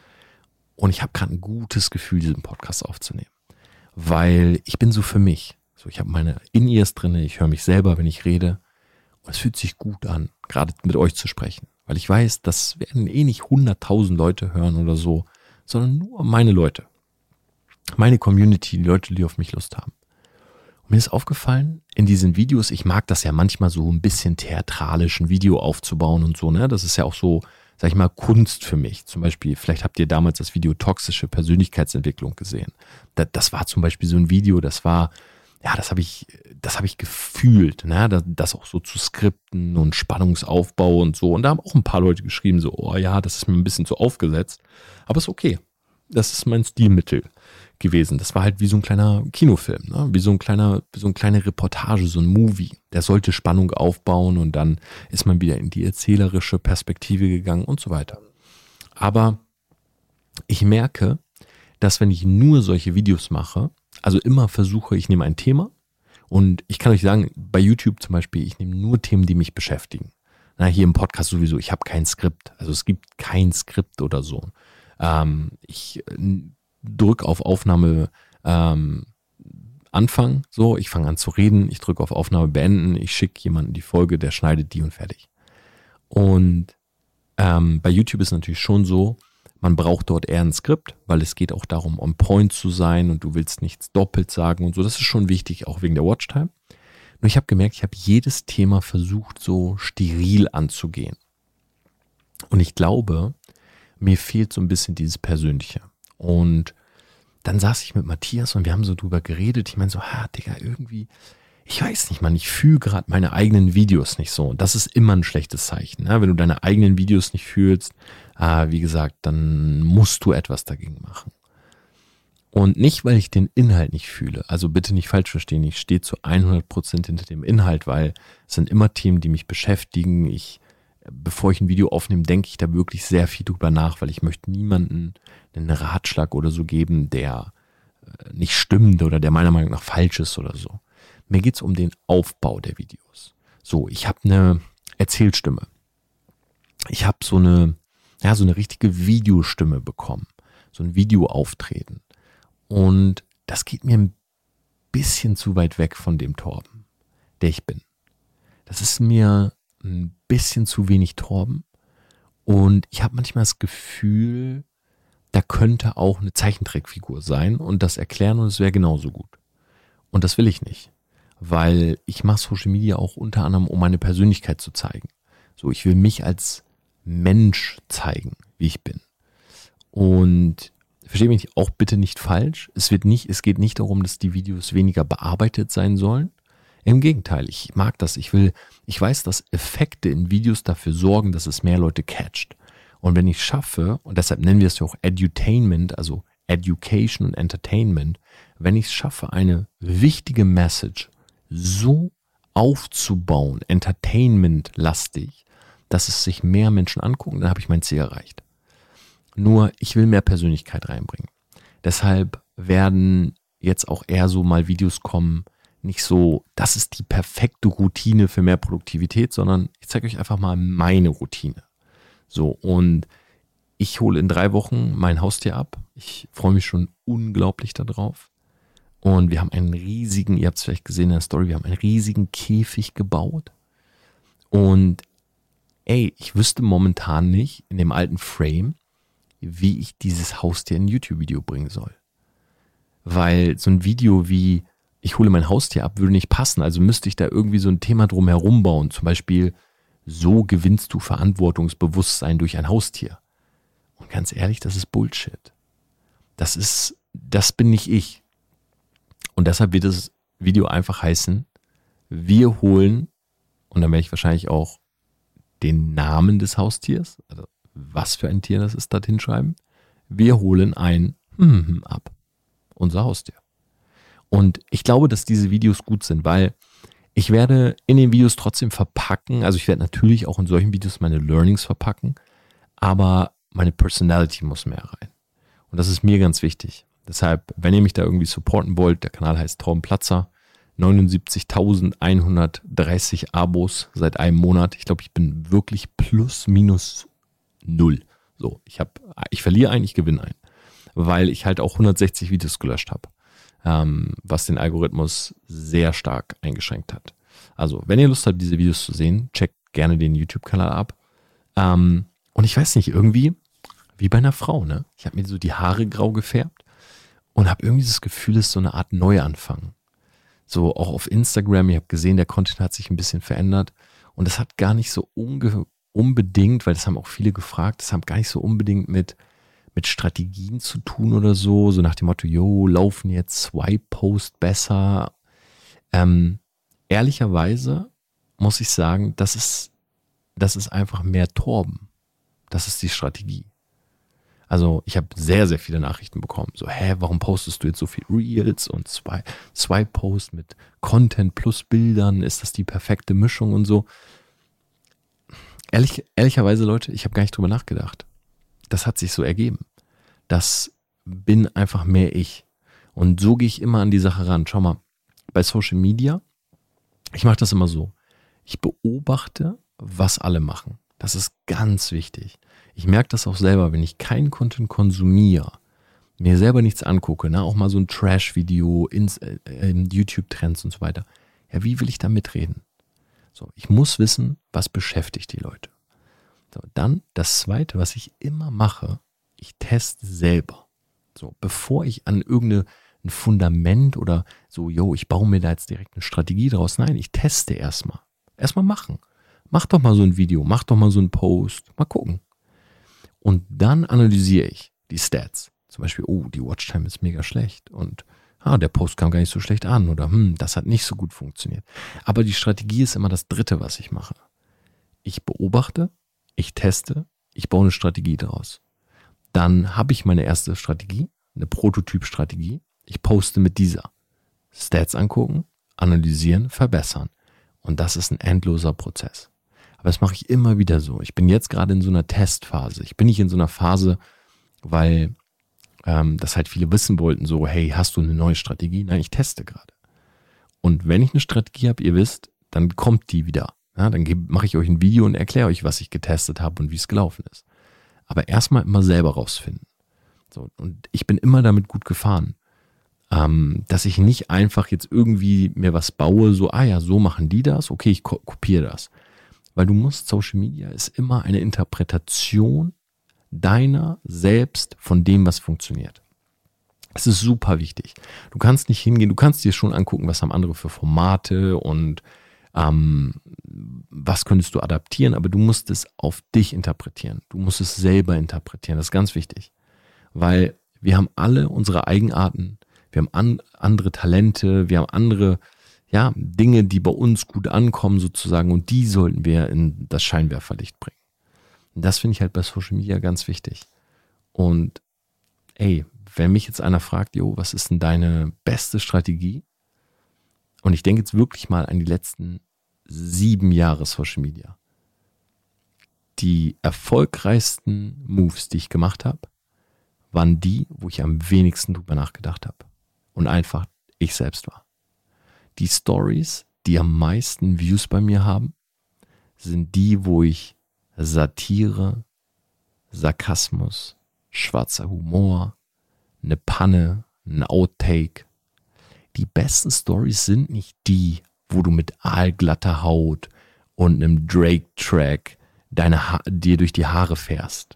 Und ich habe gerade ein gutes Gefühl, diesen Podcast aufzunehmen. Weil ich bin so für mich. So, ich habe meine In-Ears drin, ich höre mich selber, wenn ich rede. Und es fühlt sich gut an, gerade mit euch zu sprechen. Weil ich weiß, das werden eh nicht hunderttausend Leute hören oder so, sondern nur meine Leute. Meine Community, die Leute, die auf mich Lust haben. Und mir ist aufgefallen, in diesen Videos, ich mag das ja manchmal so ein bisschen theatralisch, ein Video aufzubauen und so, ne? Das ist ja auch so, sag ich mal, Kunst für mich. Zum Beispiel, vielleicht habt ihr damals das Video Toxische Persönlichkeitsentwicklung gesehen. Das, das war zum Beispiel so ein Video, das war, ja, das habe ich, das habe ich gefühlt, ne? Das, das auch so zu Skripten und Spannungsaufbau und so. Und da haben auch ein paar Leute geschrieben, so, oh ja, das ist mir ein bisschen zu aufgesetzt. Aber ist okay. Das ist mein Stilmittel gewesen. Das war halt wie so ein kleiner Kinofilm, ne? Wie so ein kleiner, wie so eine kleine Reportage, so ein Movie. Der sollte Spannung aufbauen und dann ist man wieder in die erzählerische Perspektive gegangen und so weiter. Aber ich merke, dass wenn ich nur solche Videos mache, also immer versuche, ich nehme ein Thema und ich kann euch sagen, bei YouTube zum Beispiel, ich nehme nur Themen, die mich beschäftigen. Na, hier im Podcast sowieso, ich habe kein Skript. Also es gibt kein Skript oder so. Ähm, ich drücke auf Aufnahme ähm, Anfang, so, ich fange an zu reden, ich drücke auf Aufnahme beenden, ich schicke jemanden die Folge, der schneidet die und fertig. Und ähm, bei YouTube ist es natürlich schon so, man braucht dort eher ein Skript, weil es geht auch darum, on point zu sein und du willst nichts doppelt sagen und so. Das ist schon wichtig, auch wegen der Watchtime. Nur ich habe gemerkt, ich habe jedes Thema versucht, so steril anzugehen. Und ich glaube, mir fehlt so ein bisschen dieses Persönliche. Und dann saß ich mit Matthias und wir haben so drüber geredet. Ich meine so, ha, Digga, irgendwie, ich weiß nicht, man, ich fühle gerade meine eigenen Videos nicht so. Und das ist immer ein schlechtes Zeichen. Ne? Wenn du deine eigenen Videos nicht fühlst, äh, wie gesagt, dann musst du etwas dagegen machen. Und nicht, weil ich den Inhalt nicht fühle. Also bitte nicht falsch verstehen. Ich stehe zu hundert Prozent hinter dem Inhalt, weil es sind immer Themen, die mich beschäftigen. Ich Bevor ich ein Video aufnehme, denke ich da wirklich sehr viel drüber nach, weil ich möchte niemanden einen Ratschlag oder so geben, der nicht stimmt oder der meiner Meinung nach falsch ist oder so. Mir geht es um den Aufbau der Videos. So, ich habe eine Erzählstimme. Ich habe so eine, ja, so eine richtige Videostimme bekommen. So ein Videoauftreten. Und das geht mir ein bisschen zu weit weg von dem Torben, der ich bin. Das ist mir ein bisschen zu wenig Torben und ich habe manchmal das Gefühl, da könnte auch eine Zeichentrickfigur sein und das erklären und es wäre genauso gut. Und das will ich nicht, weil ich mache Social Media auch unter anderem, um meine Persönlichkeit zu zeigen. So, ich will mich als Mensch zeigen, wie ich bin. Und verstehe mich auch bitte nicht falsch. Es wird nicht, es geht nicht darum, dass die Videos weniger bearbeitet sein sollen. Im Gegenteil, ich mag das. Ich will, ich weiß, dass Effekte in Videos dafür sorgen, dass es mehr Leute catcht. Und wenn ich schaffe, und deshalb nennen wir es ja auch Edutainment, also Education und Entertainment, wenn ich es schaffe, eine wichtige Message so aufzubauen, entertainment-lastig, dass es sich mehr Menschen angucken, dann habe ich mein Ziel erreicht. Nur, ich will mehr Persönlichkeit reinbringen. Deshalb werden jetzt auch eher so mal Videos kommen, nicht so, das ist die perfekte Routine für mehr Produktivität, sondern ich zeige euch einfach mal meine Routine. So, und ich hole in drei Wochen mein Haustier ab. Ich freue mich schon unglaublich darauf. Und wir haben einen riesigen, ihr habt es vielleicht gesehen in der Story, wir haben einen riesigen Käfig gebaut. Und ey, ich wüsste momentan nicht in dem alten Frame, wie ich dieses Haustier in ein YouTube-Video bringen soll. Weil so ein Video wie, ich hole mein Haustier ab, würde nicht passen. Also müsste ich da irgendwie so ein Thema drum herum bauen. Zum Beispiel, so gewinnst du Verantwortungsbewusstsein durch ein Haustier. Und ganz ehrlich, das ist Bullshit. Das ist, das bin nicht ich. Und deshalb wird das Video einfach heißen, wir holen, und dann werde ich wahrscheinlich auch den Namen des Haustiers, also was für ein Tier das ist, dorthin schreiben. Wir holen ein ab, unser Haustier. Und ich glaube, dass diese Videos gut sind, weil ich werde in den Videos trotzdem verpacken, also ich werde natürlich auch in solchen Videos meine Learnings verpacken, aber meine Personality muss mehr rein. Und das ist mir ganz wichtig. Deshalb, wenn ihr mich da irgendwie supporten wollt, der Kanal heißt Torben Platzer, neunundsiebzigtausendeinhundertdreißig Abos seit einem Monat. Ich glaube, ich bin wirklich plus minus null. So, ich habe, ich verliere einen, ich gewinne einen, weil ich halt auch hundertsechzig Videos gelöscht habe, ähm, was den Algorithmus sehr stark eingeschränkt hat. Also, wenn ihr Lust habt, diese Videos zu sehen, checkt gerne den YouTube-Kanal ab. Ähm, und ich weiß nicht, irgendwie wie bei einer Frau, ne? Ich habe mir so die Haare grau gefärbt und habe irgendwie das Gefühl, es ist so eine Art Neuanfang. So auch auf Instagram, ihr habt gesehen, der Content hat sich ein bisschen verändert und das hat gar nicht so unge- unbedingt, weil das haben auch viele gefragt, das hat gar nicht so unbedingt mit, mit Strategien zu tun oder so, so nach dem Motto, yo, laufen jetzt Swipe-Post besser. Ähm, ehrlicherweise muss ich sagen, das ist, das ist einfach mehr Torben. Das ist die Strategie. Also ich habe sehr, sehr viele Nachrichten bekommen. So, hä, warum postest du jetzt so viel Reels und zwei, zwei Posts mit Content plus Bildern? Ist das die perfekte Mischung und so? Ehrlich, ehrlicherweise, Leute, ich habe gar nicht drüber nachgedacht. Das hat sich so ergeben. Das bin einfach mehr ich. Und so gehe ich immer an die Sache ran. Schau mal, bei Social Media, ich mache das immer so. Ich beobachte, was alle machen. Das ist ganz wichtig. Ich merke das auch selber, wenn ich keinen Content konsumiere, mir selber nichts angucke, ne? Auch mal so ein Trash-Video, ins, äh, YouTube-Trends und so weiter. Ja, wie will ich da mitreden? So, ich muss wissen, was beschäftigt die Leute. So, dann das Zweite, was ich immer mache, ich teste selber. So, bevor ich an irgendein Fundament oder so, yo, ich baue mir da jetzt direkt eine Strategie draus. Nein, ich teste erstmal. Erstmal machen. Mach doch mal so ein Video, mach doch mal so einen Post. Mal gucken. Und dann analysiere ich die Stats. Zum Beispiel, oh, die Watchtime ist mega schlecht und ah, der Post kam gar nicht so schlecht an oder hm, das hat nicht so gut funktioniert. Aber die Strategie ist immer das Dritte, was ich mache. Ich beobachte, ich teste, ich baue eine Strategie daraus. Dann habe ich meine erste Strategie, eine Prototyp-Strategie. Ich poste mit dieser. Stats angucken, analysieren, verbessern. Und das ist ein endloser Prozess. Aber das mache ich immer wieder so. Ich bin jetzt gerade in so einer Testphase. Ich bin nicht in so einer Phase, weil ähm, das halt viele wissen wollten, so, hey, hast du eine neue Strategie? Nein, ich teste gerade. Und wenn ich eine Strategie habe, ihr wisst, dann kommt die wieder. Ja, dann mache ich euch ein Video und erkläre euch, was ich getestet habe und wie es gelaufen ist. Aber erstmal immer selber rausfinden. So, und ich bin immer damit gut gefahren, ähm, dass ich nicht einfach jetzt irgendwie mir was baue, so, ah ja, so machen die das, okay, ich ko- kopiere das. Weil du musst, Social Media ist immer eine Interpretation deiner selbst von dem, was funktioniert. Es ist super wichtig. Du kannst nicht hingehen, du kannst dir schon angucken, was haben andere für Formate und ähm, was könntest du adaptieren, aber du musst es auf dich interpretieren. Du musst es selber interpretieren. Das ist ganz wichtig. Weil Wir haben alle unsere Eigenarten, wir haben an, andere Talente, wir haben andere ja, Dinge, die bei uns gut ankommen sozusagen und die sollten wir in das Scheinwerferlicht bringen. Und das finde ich halt bei Social Media ganz wichtig. Und ey, wenn mich jetzt einer fragt, jo, was ist denn deine beste Strategie? Und ich denke jetzt wirklich mal an die letzten sieben Jahre Social Media. Die erfolgreichsten Moves, die ich gemacht habe, waren die, wo ich am wenigsten drüber nachgedacht habe. Und einfach ich selbst war. Die Stories, die am meisten Views bei mir haben, sind die, wo ich Satire, Sarkasmus, schwarzer Humor, eine Panne, ein Outtake. Die besten Stories sind nicht die, wo du mit aalglatter Haut und einem Drake-Track deine ha- dir durch die Haare fährst.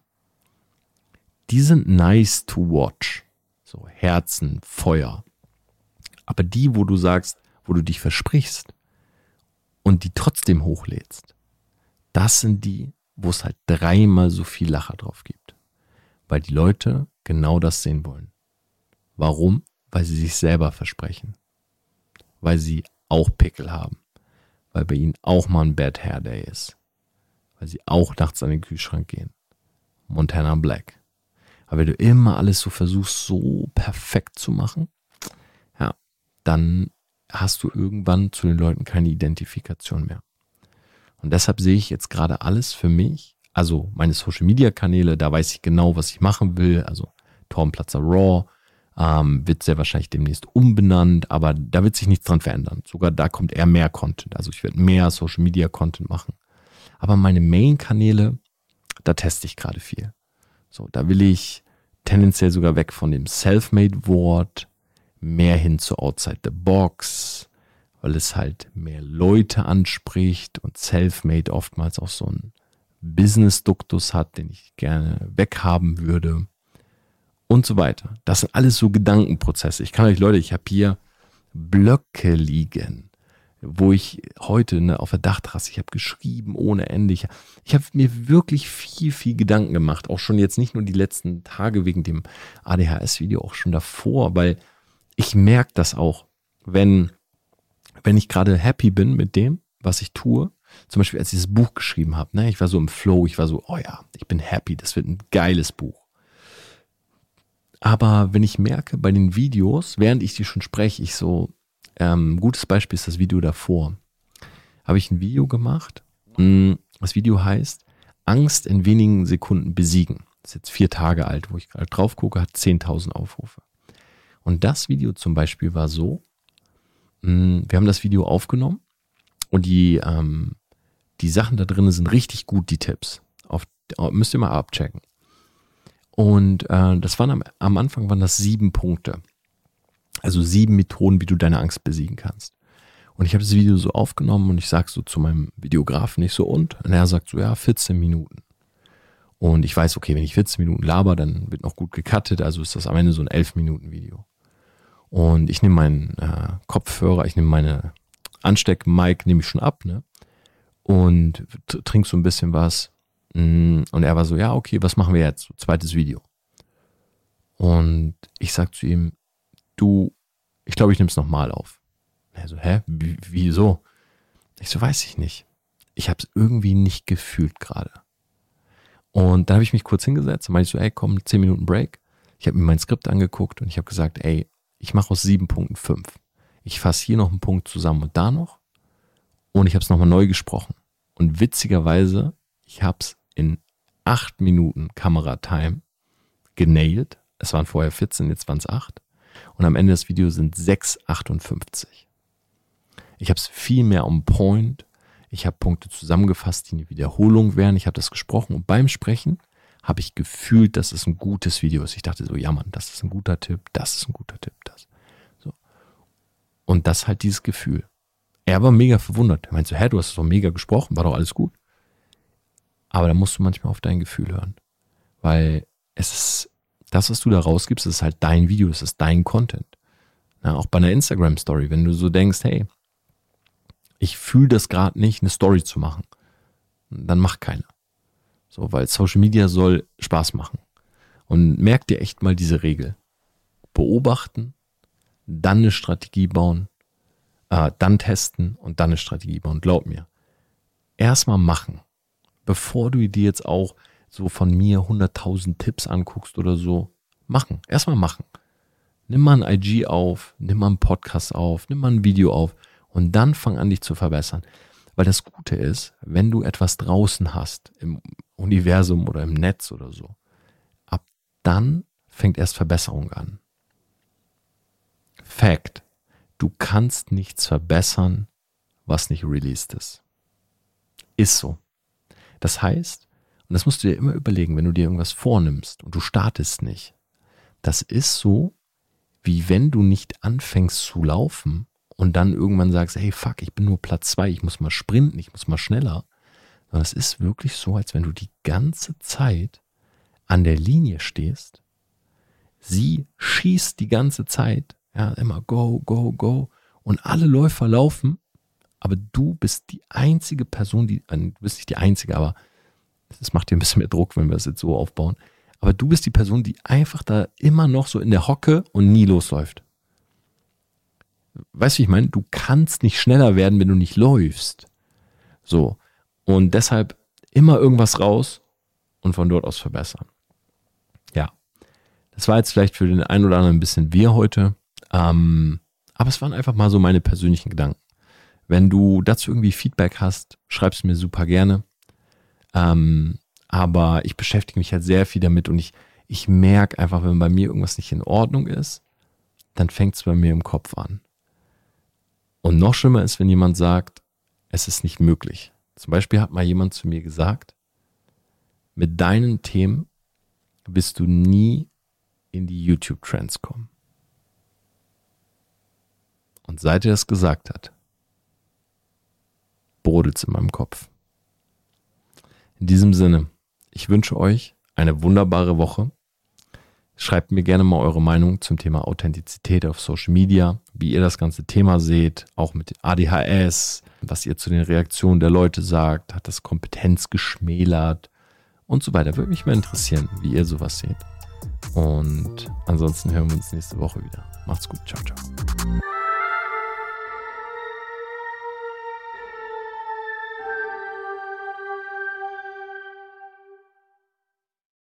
Die sind nice to watch. So Herzen, Feuer. Aber die, wo du sagst, wo du dich versprichst und die trotzdem hochlädst, das sind die, wo es halt dreimal so viel Lacher drauf gibt. Weil die Leute genau das sehen wollen. Warum? Weil sie sich selber versprechen. Weil sie auch Pickel haben. Weil bei ihnen auch mal ein Bad Hair Day ist. Weil sie auch nachts an den Kühlschrank gehen. Montana Black. Aber wenn du immer alles so versuchst, so perfekt zu machen, ja, dann hast du irgendwann zu den Leuten keine Identifikation mehr. Und deshalb sehe ich jetzt gerade alles für mich, also meine Social-Media-Kanäle, da weiß ich genau, was ich machen will, also Torben Platzer Raw, ähm, wird sehr wahrscheinlich demnächst umbenannt, aber da wird sich nichts dran verändern. Sogar da kommt eher mehr Content, also ich werde mehr Social-Media-Content machen. Aber meine Main-Kanäle, da teste ich gerade viel. So, da will ich tendenziell sogar weg von dem Self-Made-Wort, mehr hin zu Outside the Box, weil es halt mehr Leute anspricht und Self-Made oftmals auch so einen Business-Duktus hat, den ich gerne weghaben würde und so weiter. Das sind alles so Gedankenprozesse. Ich kann euch, Leute, ich habe hier Blöcke liegen, wo ich heute ne, auf der Dachterrasse, ich habe geschrieben ohne Ende. Ich, ich habe mir wirklich viel, viel Gedanken gemacht, auch schon jetzt nicht nur die letzten Tage wegen dem A D H S-Video, auch schon davor, weil ich merke das auch, wenn, wenn ich gerade happy bin mit dem, was ich tue. Zum Beispiel, als ich das Buch geschrieben habe, ne, ich war so im Flow, ich war so, oh ja, ich bin happy, das wird ein geiles Buch. Aber wenn ich merke bei den Videos, während ich die schon spreche, ich so, ähm, gutes Beispiel ist das Video davor, habe ich ein Video gemacht. Das Video heißt, Angst in wenigen Sekunden besiegen. Das ist jetzt vier Tage alt, wo ich gerade drauf gucke, hat zehntausend Aufrufe. Und das Video zum Beispiel war so, wir haben das Video aufgenommen und die, ähm, die Sachen da drin sind richtig gut, die Tipps. Auf, müsst ihr mal abchecken. Und äh, das waren am, am Anfang waren das sieben Punkte. Also sieben Methoden, wie du deine Angst besiegen kannst. Und ich habe das Video so aufgenommen und ich sage so zu meinem Videografen nicht so und. Und er sagt so, ja, vierzehn Minuten. Und ich weiß, okay, wenn ich vierzehn Minuten laber, dann wird noch gut gecuttet. Also ist das am Ende so ein elf Minuten Video. Und ich nehme meinen äh, Kopfhörer, ich nehme meine Ansteck-Mic, nehme ich schon ab, ne? Und t- trink so ein bisschen was. Und er war so, ja, okay, was machen wir jetzt? So, zweites Video. Und ich sag zu ihm, du, ich glaube, ich nehme es nochmal auf. Er so, hä? W- wieso? Ich so, weiß ich nicht. Ich habe es irgendwie nicht gefühlt gerade. Und dann habe ich mich kurz hingesetzt und meinte ich so, ey, komm, zehn Minuten Break. Ich habe mir mein Skript angeguckt und ich habe gesagt, ey, ich mache aus sieben Punkten fünf. Ich fasse hier noch einen Punkt zusammen und da noch. Und ich habe es nochmal neu gesprochen. Und witzigerweise, ich habe es in acht Minuten Kameratime genailt. Es waren vorher vierzehn, jetzt waren es acht. Und am Ende des Videos sind sechs achtundfünfzig. Ich habe es viel mehr on point. Ich habe Punkte zusammengefasst, die eine Wiederholung wären. Ich habe das gesprochen und beim Sprechen habe ich gefühlt, dass es ein gutes Video ist. Ich dachte so, ja Mann, das ist ein guter Tipp, das ist ein guter Tipp, das. So. Und das halt dieses Gefühl. Er war mega verwundert. Er meinte so, hä, du hast doch mega gesprochen, war doch alles gut. Aber da musst du manchmal auf dein Gefühl hören. Weil es ist, das, was du da rausgibst, ist halt dein Video, das ist dein Content. Ja, auch bei einer Instagram-Story, wenn du so denkst, hey, ich fühle das gerade nicht, eine Story zu machen, dann mach keine. So, weil Social Media soll Spaß machen. Und merk dir echt mal diese Regel. Beobachten, dann eine Strategie bauen, äh, dann testen und dann eine Strategie bauen. Glaub mir. Erstmal machen, bevor du dir jetzt auch so von mir hunderttausend Tipps anguckst oder so. Machen, erstmal machen. Nimm mal ein I G auf, nimm mal einen Podcast auf, nimm mal ein Video auf und dann fang an, dich zu verbessern. Weil das Gute ist, wenn du etwas draußen hast, im Universum oder im Netz oder so, ab dann fängt erst Verbesserung an. Fact, du kannst nichts verbessern, was nicht released ist. Ist so. Das heißt, und das musst du dir immer überlegen, wenn du dir irgendwas vornimmst und du startest nicht, das ist so, wie wenn du nicht anfängst zu laufen und dann irgendwann sagst, hey fuck, ich bin nur Platz zwei, ich muss mal sprinten, ich muss mal schneller. Sondern es ist wirklich so, als wenn du die ganze Zeit an der Linie stehst. Sie schießt die ganze Zeit, ja, immer go, go, go und alle Läufer laufen, aber du bist die einzige Person, die, du bist nicht die einzige, aber das macht dir ein bisschen mehr Druck, wenn wir das jetzt so aufbauen. Aber du bist die Person, die einfach da immer noch so in der Hocke und nie losläuft. Weißt du, wie ich meine? Du kannst nicht schneller werden, wenn du nicht läufst. So. Und deshalb immer irgendwas raus und von dort aus verbessern. Ja. Das war jetzt vielleicht für den einen oder anderen ein bisschen wir heute. Ähm, aber es waren einfach mal so meine persönlichen Gedanken. Wenn du dazu irgendwie Feedback hast, schreib es mir super gerne. Ähm, aber ich beschäftige mich halt sehr viel damit und ich, ich merke einfach, wenn bei mir irgendwas nicht in Ordnung ist, dann fängt es bei mir im Kopf an. Und noch schlimmer ist, wenn jemand sagt, es ist nicht möglich. Zum Beispiel hat mal jemand zu mir gesagt, mit deinen Themen wirst du nie in die YouTube-Trends kommen. Und seit er das gesagt hat, brodelt es in meinem Kopf. In diesem Sinne, ich wünsche euch eine wunderbare Woche. Schreibt mir gerne mal eure Meinung zum Thema Authentizität auf Social Media, wie ihr das ganze Thema seht, auch mit A D H S, was ihr zu den Reaktionen der Leute sagt, hat das Kompetenz geschmälert und so weiter. Würde mich mal interessieren, wie ihr sowas seht. Und ansonsten hören wir uns nächste Woche wieder. Macht's gut, ciao, ciao.